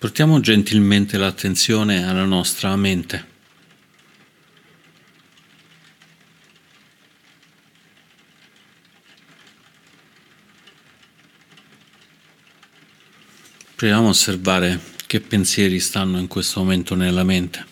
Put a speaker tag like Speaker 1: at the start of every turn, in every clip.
Speaker 1: Portiamo gentilmente l'attenzione alla nostra mente. Proviamo a osservare che pensieri stanno in questo momento nella mente.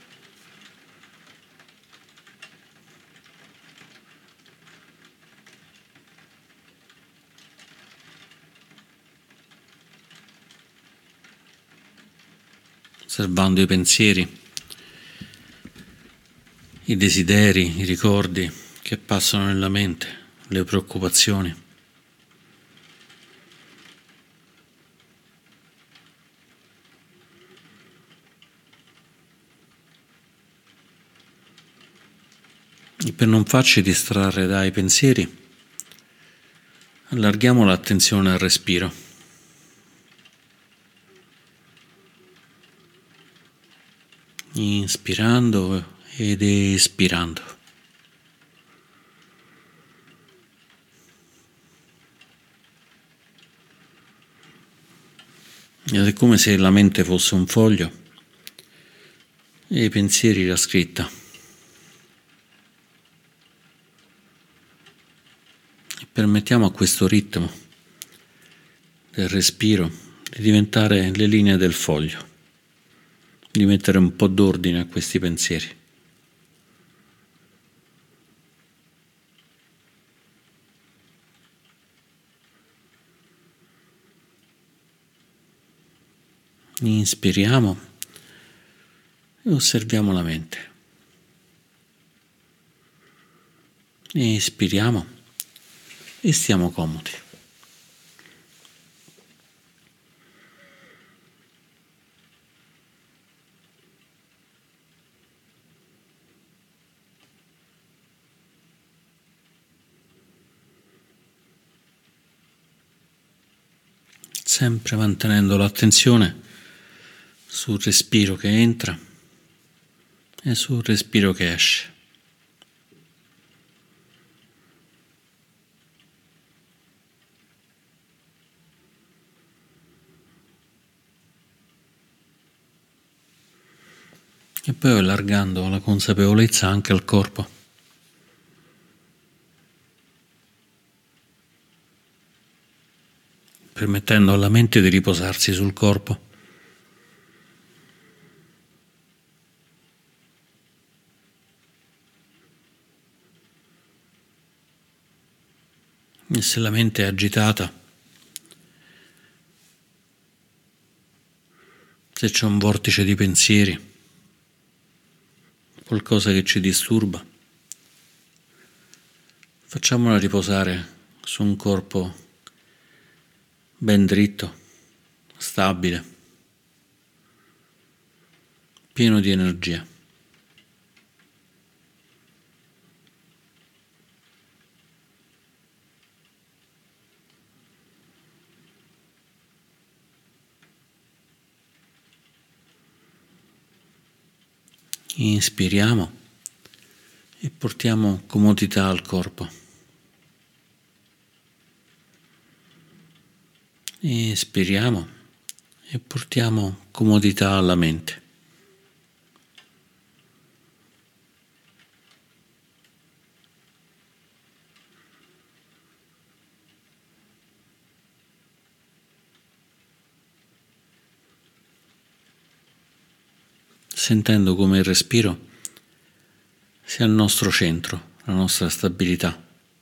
Speaker 1: Osservando i pensieri, i desideri, i ricordi che passano nella mente, le preoccupazioni. E per non farci distrarre dai pensieri, allarghiamo l'attenzione al respiro. Inspirando ed espirando. Ed è come se la mente fosse un foglio e i pensieri la scritta. E permettiamo a questo ritmo del respiro di diventare le linee del foglio, di mettere un po' d'ordine a questi pensieri. Inspiriamo e osserviamo la mente. Espiriamo e stiamo comodi. Sempre mantenendo l'attenzione sul respiro che entra e sul respiro che esce. E poi allargando la consapevolezza anche al corpo. Permettendo alla mente di riposarsi sul corpo. E se la mente è agitata, se c'è un vortice di pensieri, qualcosa che ci disturba, facciamola riposare su un corpo ben dritto, stabile, pieno di energia. Inspiriamo e portiamo comodità al corpo. Espiriamo e portiamo comodità alla mente. Sentendo come il respiro sia il nostro centro, la nostra stabilità.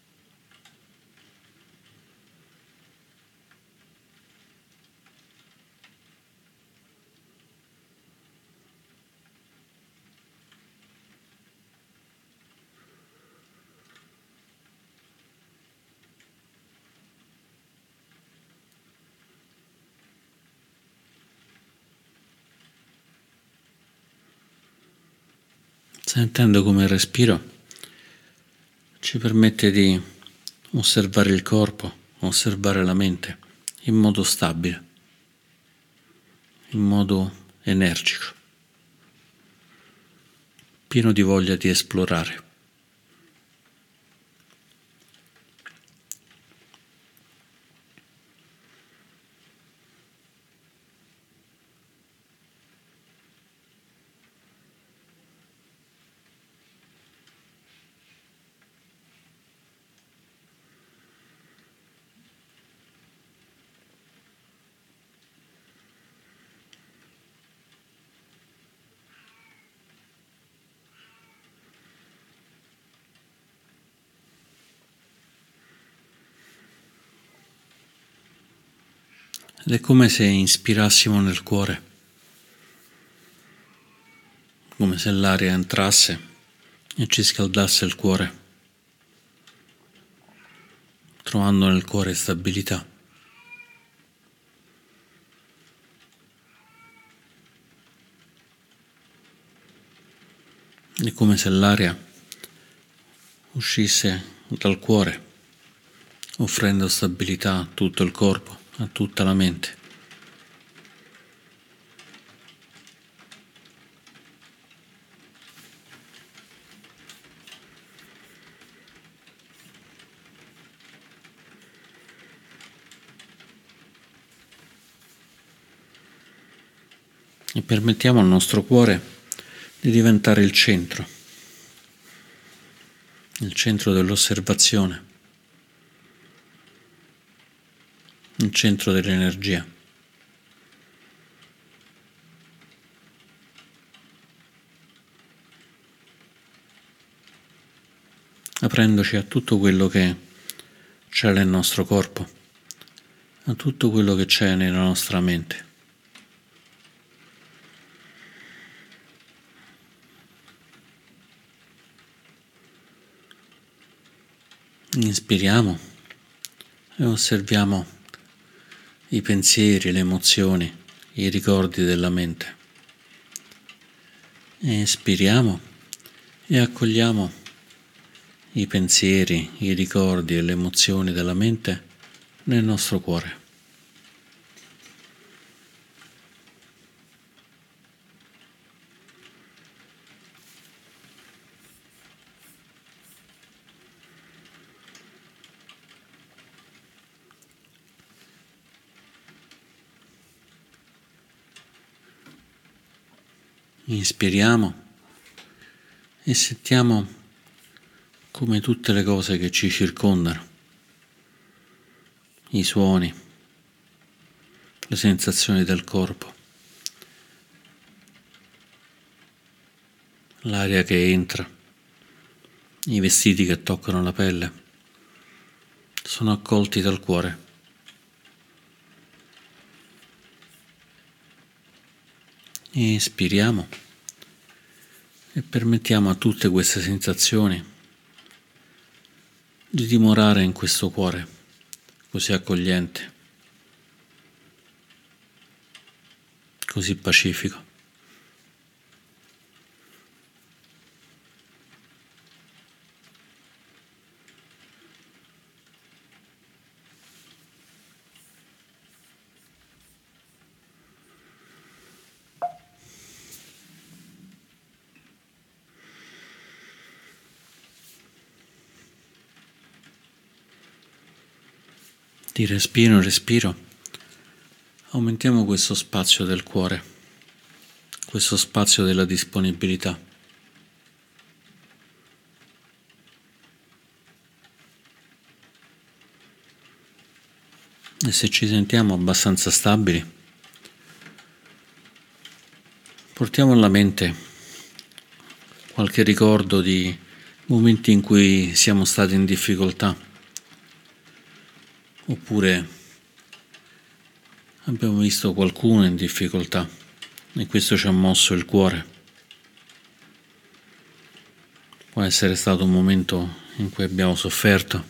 Speaker 1: Sentendo come il respiro ci permette di osservare il corpo, osservare la mente in modo stabile, in modo energico, pieno di voglia di esplorare. ed è come se inspirassimo nel cuore, come se l'aria entrasse e ci scaldasse il cuore, trovando nel cuore stabilità. È come se l'aria uscisse dal cuore, offrendo stabilità a tutto il corpo, a tutta la mente. E permettiamo al nostro cuore di diventare il centro dell'osservazione, il centro dell'energia. Aprendoci a tutto quello che c'è nel nostro corpo, a tutto quello che c'è nella nostra mente. Inspiriamo e osserviamo i pensieri, le emozioni, i ricordi della mente. E espiriamo e accogliamo i pensieri, i ricordi e le emozioni della mente nel nostro cuore. Inspiriamo e sentiamo come tutte le cose che ci circondano, i suoni, le sensazioni del corpo, l'aria che entra, i vestiti che toccano la pelle, sono accolti dal cuore. Inspiriamo e permettiamo a tutte queste sensazioni di dimorare in questo cuore così accogliente, così pacifico. Di respiro in respiro aumentiamo questo spazio del cuore, questo spazio della disponibilità. E se ci sentiamo abbastanza stabili, portiamo alla mente qualche ricordo di momenti in cui siamo stati in difficoltà, oppure abbiamo visto qualcuno in difficoltà e questo ci ha mosso il cuore. Può essere stato un momento in cui abbiamo sofferto,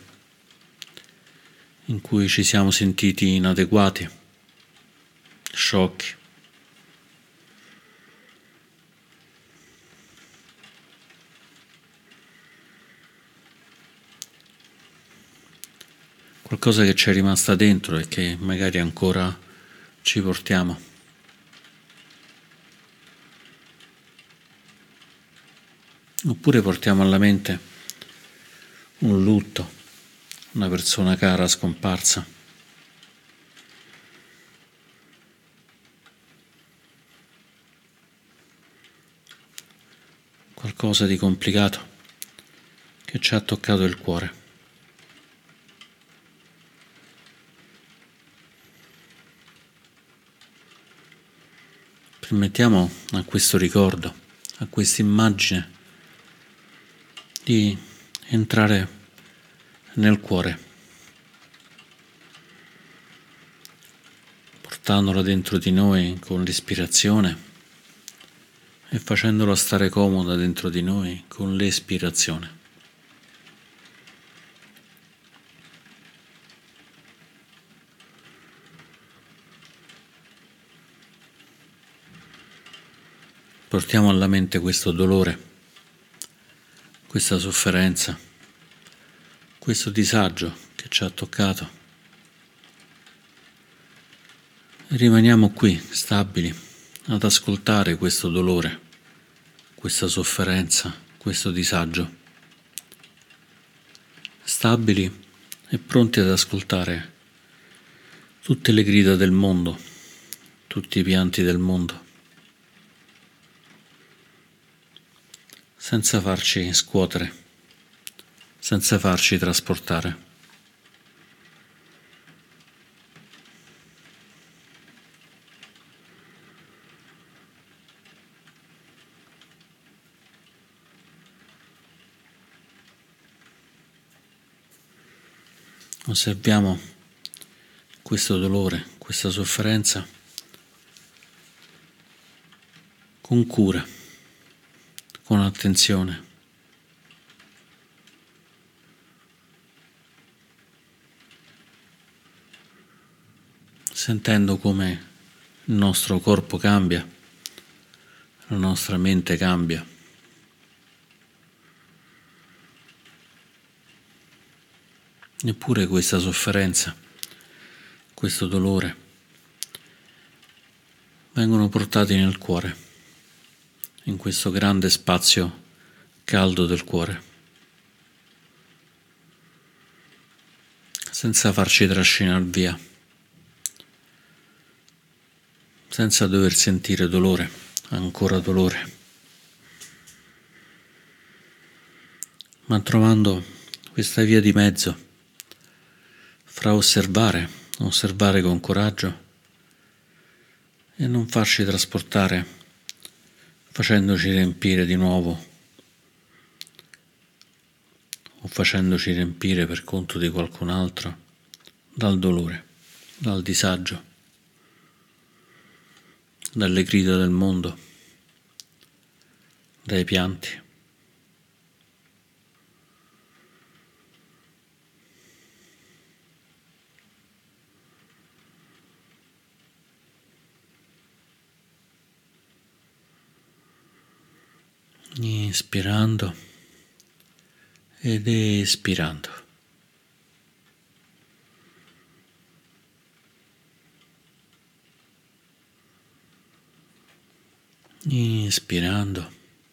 Speaker 1: in cui ci siamo sentiti inadeguati, sciocchi. Qualcosa che ci è rimasta dentro e che magari ancora ci portiamo. Oppure portiamo alla mente un lutto, una persona cara scomparsa. Qualcosa di complicato che ci ha toccato il cuore. Permettiamo a questo ricordo, a questa immagine di entrare nel cuore. portandola dentro di noi con l'ispirazione e facendola stare comoda dentro di noi con l'espirazione. Portiamo alla mente questo dolore, questa sofferenza, questo disagio che ci ha toccato. E rimaniamo qui, stabili, ad ascoltare questo dolore, questa sofferenza, questo disagio. Stabili e pronti ad ascoltare tutte le grida del mondo, tutti i pianti del mondo, senza farci scuotere, senza farci trasportare. Osserviamo questo dolore, questa sofferenza con cura, con attenzione. Sentendo come il nostro corpo cambia, la nostra mente cambia. Eppure questa sofferenza, questo dolore, vengono portati nel cuore, in questo grande spazio caldo del cuore, senza farci trascinare via, senza dover sentire dolore, ancora dolore, ma trovando questa via di mezzo fra osservare con coraggio e non farci trasportare, facendoci riempire di nuovo o facendoci riempire per conto di qualcun altro dal dolore, dal disagio, dalle grida del mondo, dai pianti. Inspirando ed espirando. Inspirando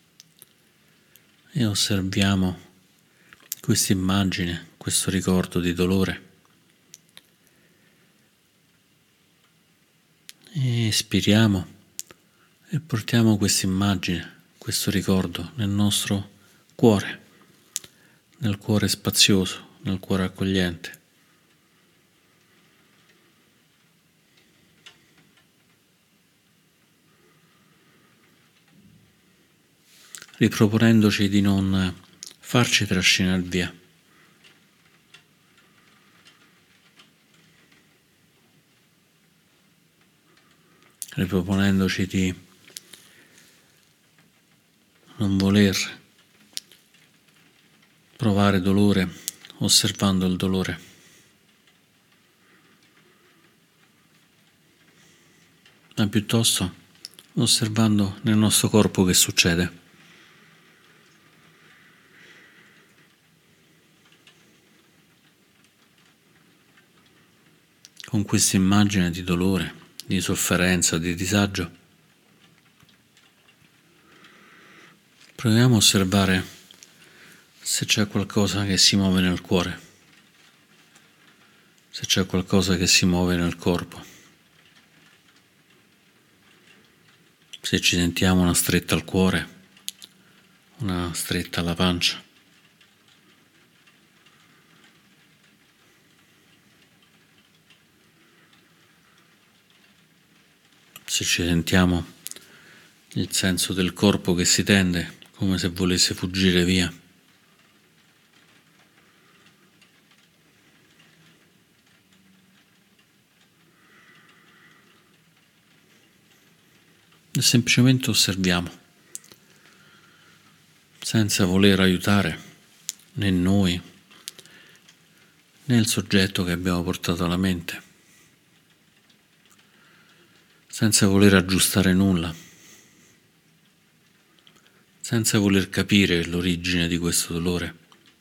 Speaker 1: e osserviamo questa immagine, questo ricordo di dolore. Espiriamo e portiamo questa immagine, questo ricordo nel nostro cuore, nel cuore spazioso, nel cuore accogliente. Riproponendoci di non farci trascinare via. Riproponendoci di non voler provare dolore osservando il dolore, ma piuttosto osservando nel nostro corpo che succede. Con questa immagine di dolore, di sofferenza, di disagio, proviamo a osservare se c'è qualcosa che si muove nel cuore, se c'è qualcosa che si muove nel corpo, se ci sentiamo una stretta al cuore, una stretta alla pancia. Se ci sentiamo il senso del corpo che si tende, come se volesse fuggire via. e semplicemente osserviamo, senza voler aiutare né noi né il soggetto che abbiamo portato alla mente, senza voler aggiustare nulla, senza voler capire l'origine di questo dolore,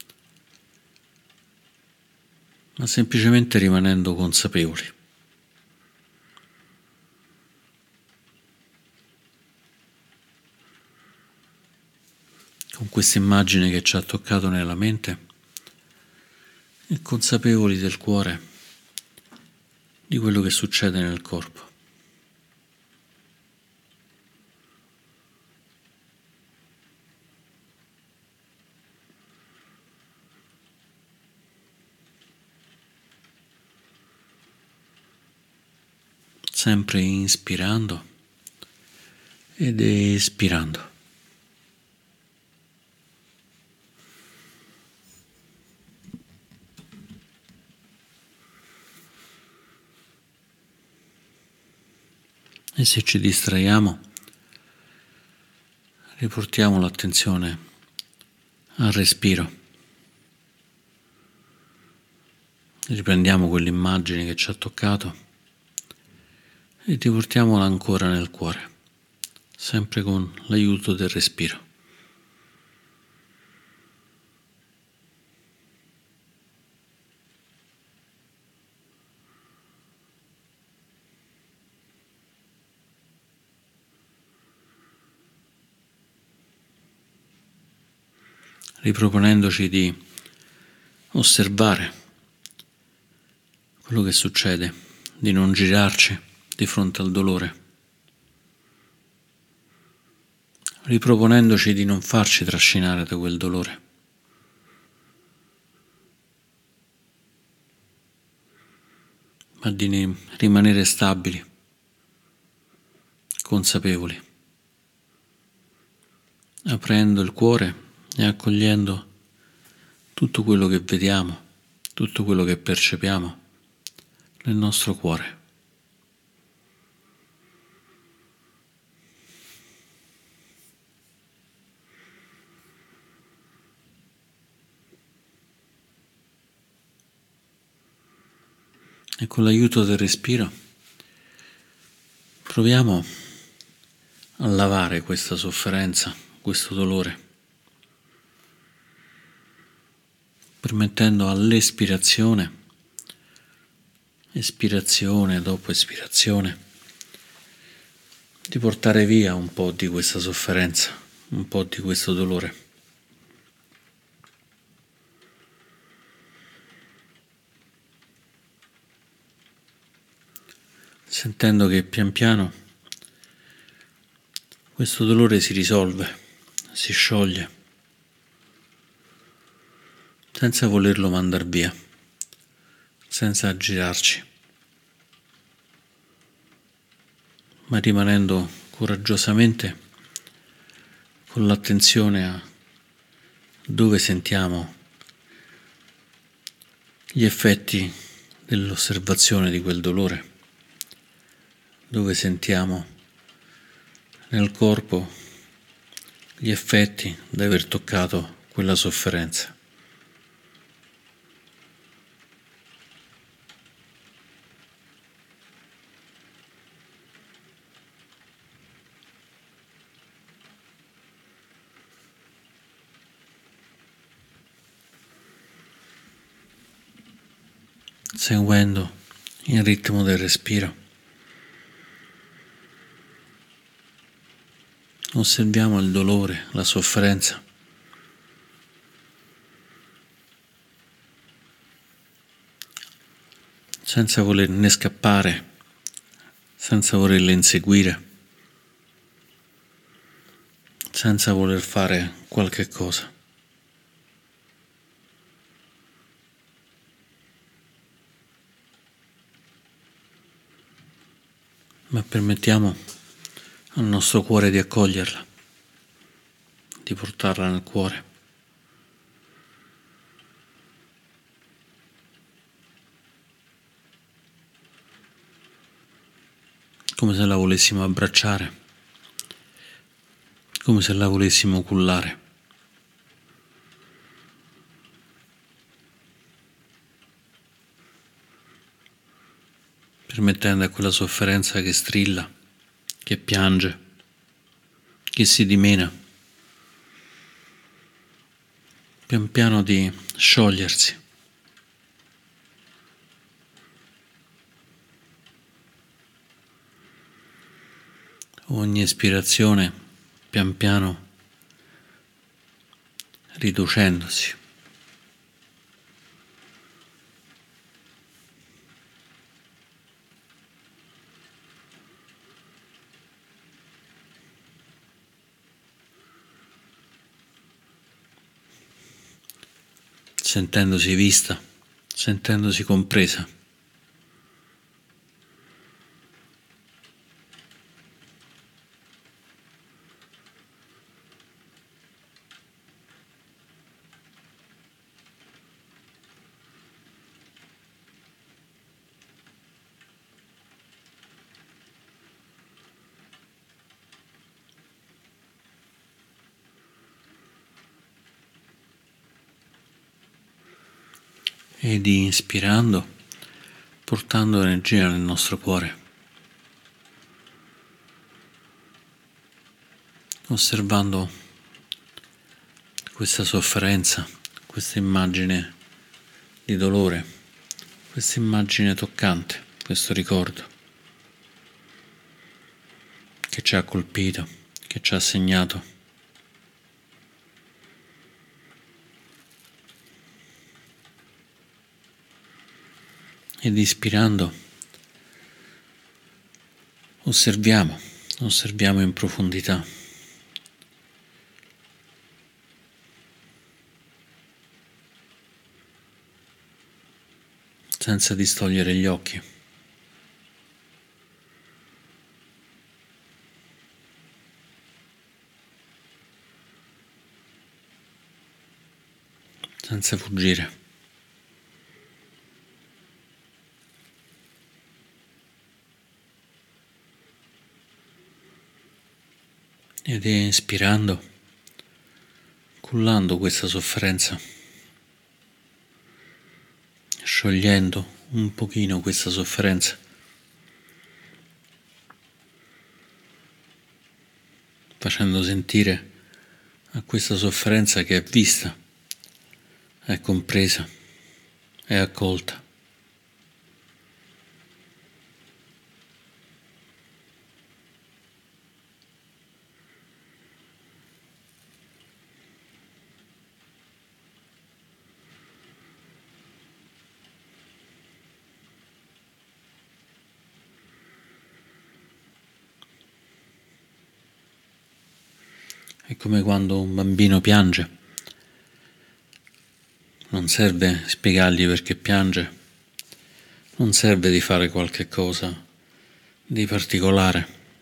Speaker 1: ma semplicemente rimanendo consapevoli. Con questa immagine che ci ha toccato nella mente e consapevoli del cuore di quello che succede nel corpo. Sempre inspirando ed espirando. E se ci distraiamo, riportiamo l'attenzione al respiro. Riprendiamo quell'immagine che ci ha toccato e riportiamola ancora nel cuore, sempre con l'aiuto del respiro. Riproponendoci di osservare quello che succede, di non girarci di fronte al dolore, riproponendoci di non farci trascinare da quel dolore, ma di rimanere stabili, consapevoli, aprendo il cuore e accogliendo tutto quello che vediamo, tutto quello che percepiamo nel nostro cuore. E con l'aiuto del respiro proviamo a lavare questa sofferenza, questo dolore, permettendo all'espirazione, espirazione dopo espirazione, di portare via un po' di questa sofferenza, un po' di questo dolore. Sentendo che pian piano questo dolore si risolve, si scioglie, senza volerlo mandar via, senza aggirarci, ma rimanendo coraggiosamente con l'attenzione a dove sentiamo gli effetti dell'osservazione di quel dolore, dove sentiamo nel corpo gli effetti di aver toccato quella sofferenza. Seguendo il ritmo del respiro, osserviamo il dolore, la sofferenza, senza volerne scappare, senza volerle inseguire, senza voler fare qualche cosa. Ma permettiamo al nostro cuore di accoglierla, di portarla nel cuore. Come se la volessimo abbracciare come se la volessimo cullare. Permettendo a quella sofferenza che strilla, che piange, che si dimena, pian piano di sciogliersi. Ogni espirazione pian piano riducendosi. Sentendosi vista, sentendosi compresa. E di inspirando, portando energia nel nostro cuore, osservando questa sofferenza, questa immagine di dolore, questa immagine toccante, questo ricordo che ci ha colpito, che ci ha segnato. Ed ispirando osserviamo in profondità, senza distogliere gli occhi. Senza fuggire. Ed è ispirando, cullando questa sofferenza, sciogliendo un pochino questa sofferenza, facendo sentire a questa sofferenza che è vista, è compresa, è accolta. È come quando un bambino piange. Non serve spiegargli perché piange, non serve di fare qualche cosa di particolare,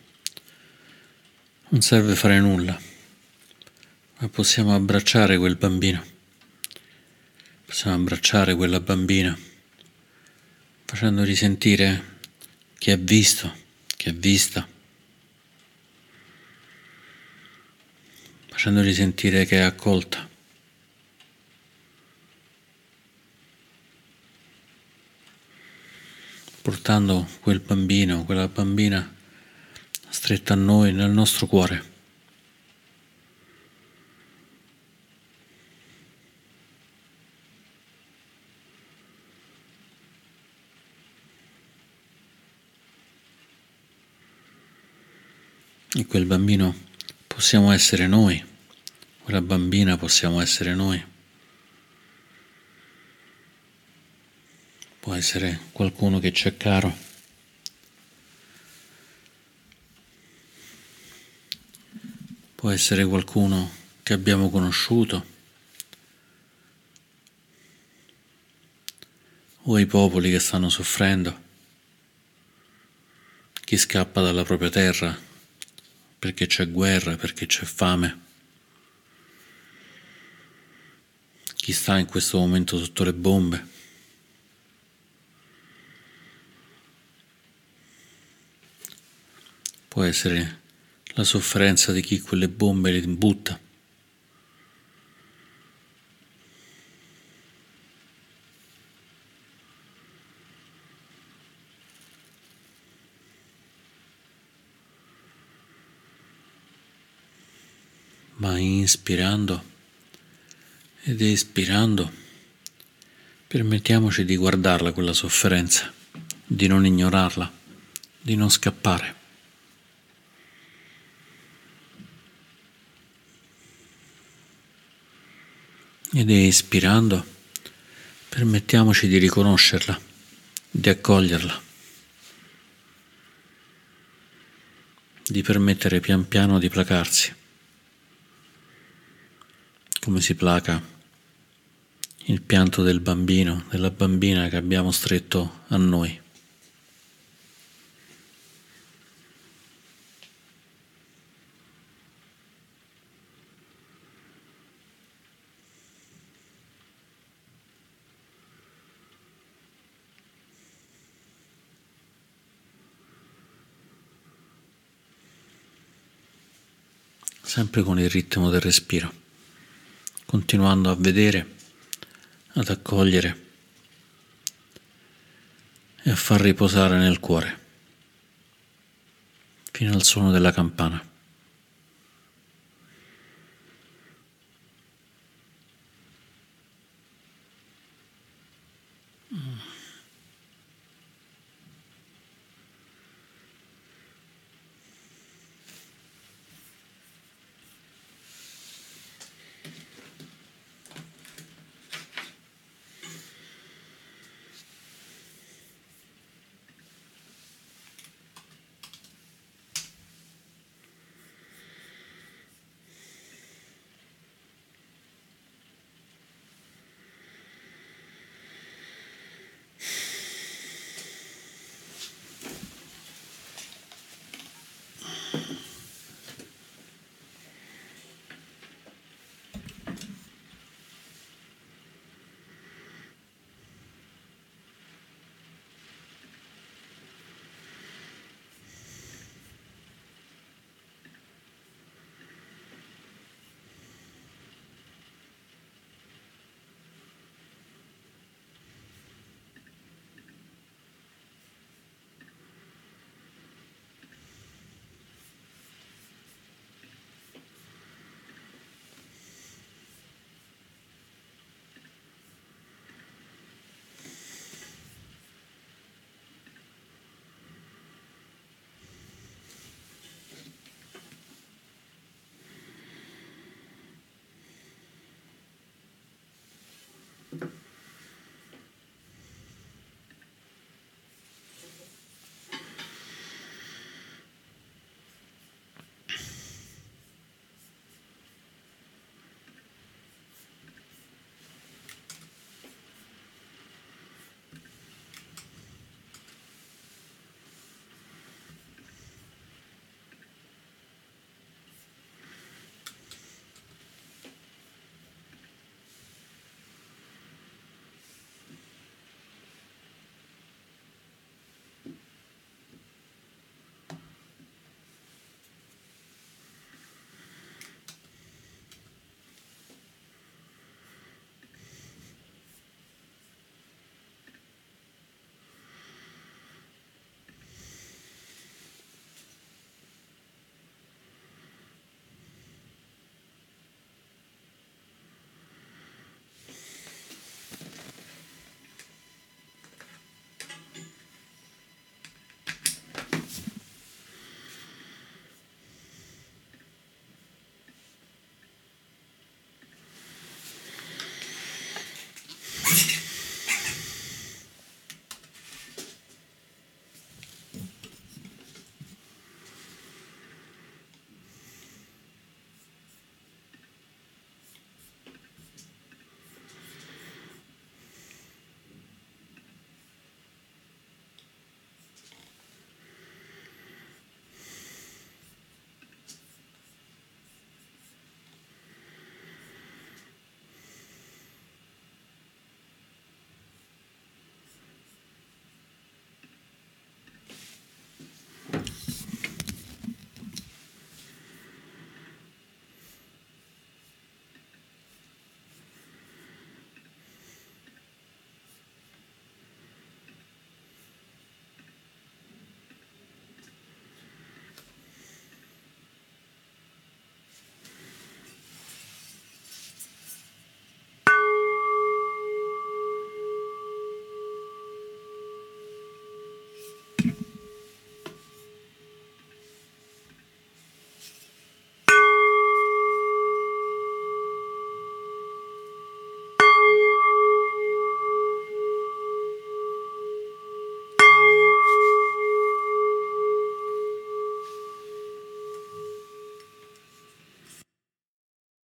Speaker 1: non serve fare nulla, ma possiamo abbracciare quel bambino, possiamo abbracciare quella bambina, facendogli sentire che è visto, che è vista, facendogli sentire che è accolta. Portando quel bambino, quella bambina stretta a noi nel nostro cuore. E quel bambino possiamo essere noi, quella bambina possiamo essere noi. Può essere qualcuno che ci è caro. Può essere qualcuno che abbiamo conosciuto. O i popoli che stanno soffrendo. Chi scappa dalla propria terra perché c'è guerra, perché c'è fame. Chi sta in questo momento sotto le bombe. Può essere la sofferenza di chi quelle bombe le butta. Ma inspirando ed espirando, permettiamoci di guardarla quella sofferenza, di non ignorarla, di non scappare. Ed espirando, permettiamoci di riconoscerla, di accoglierla, di permettere pian piano di placarsi, come si placa il pianto del bambino, della bambina che abbiamo stretto a noi. Sempre con il ritmo del respiro, continuando a vedere, ad accogliere e a far riposare nel cuore, fino al suono della campana.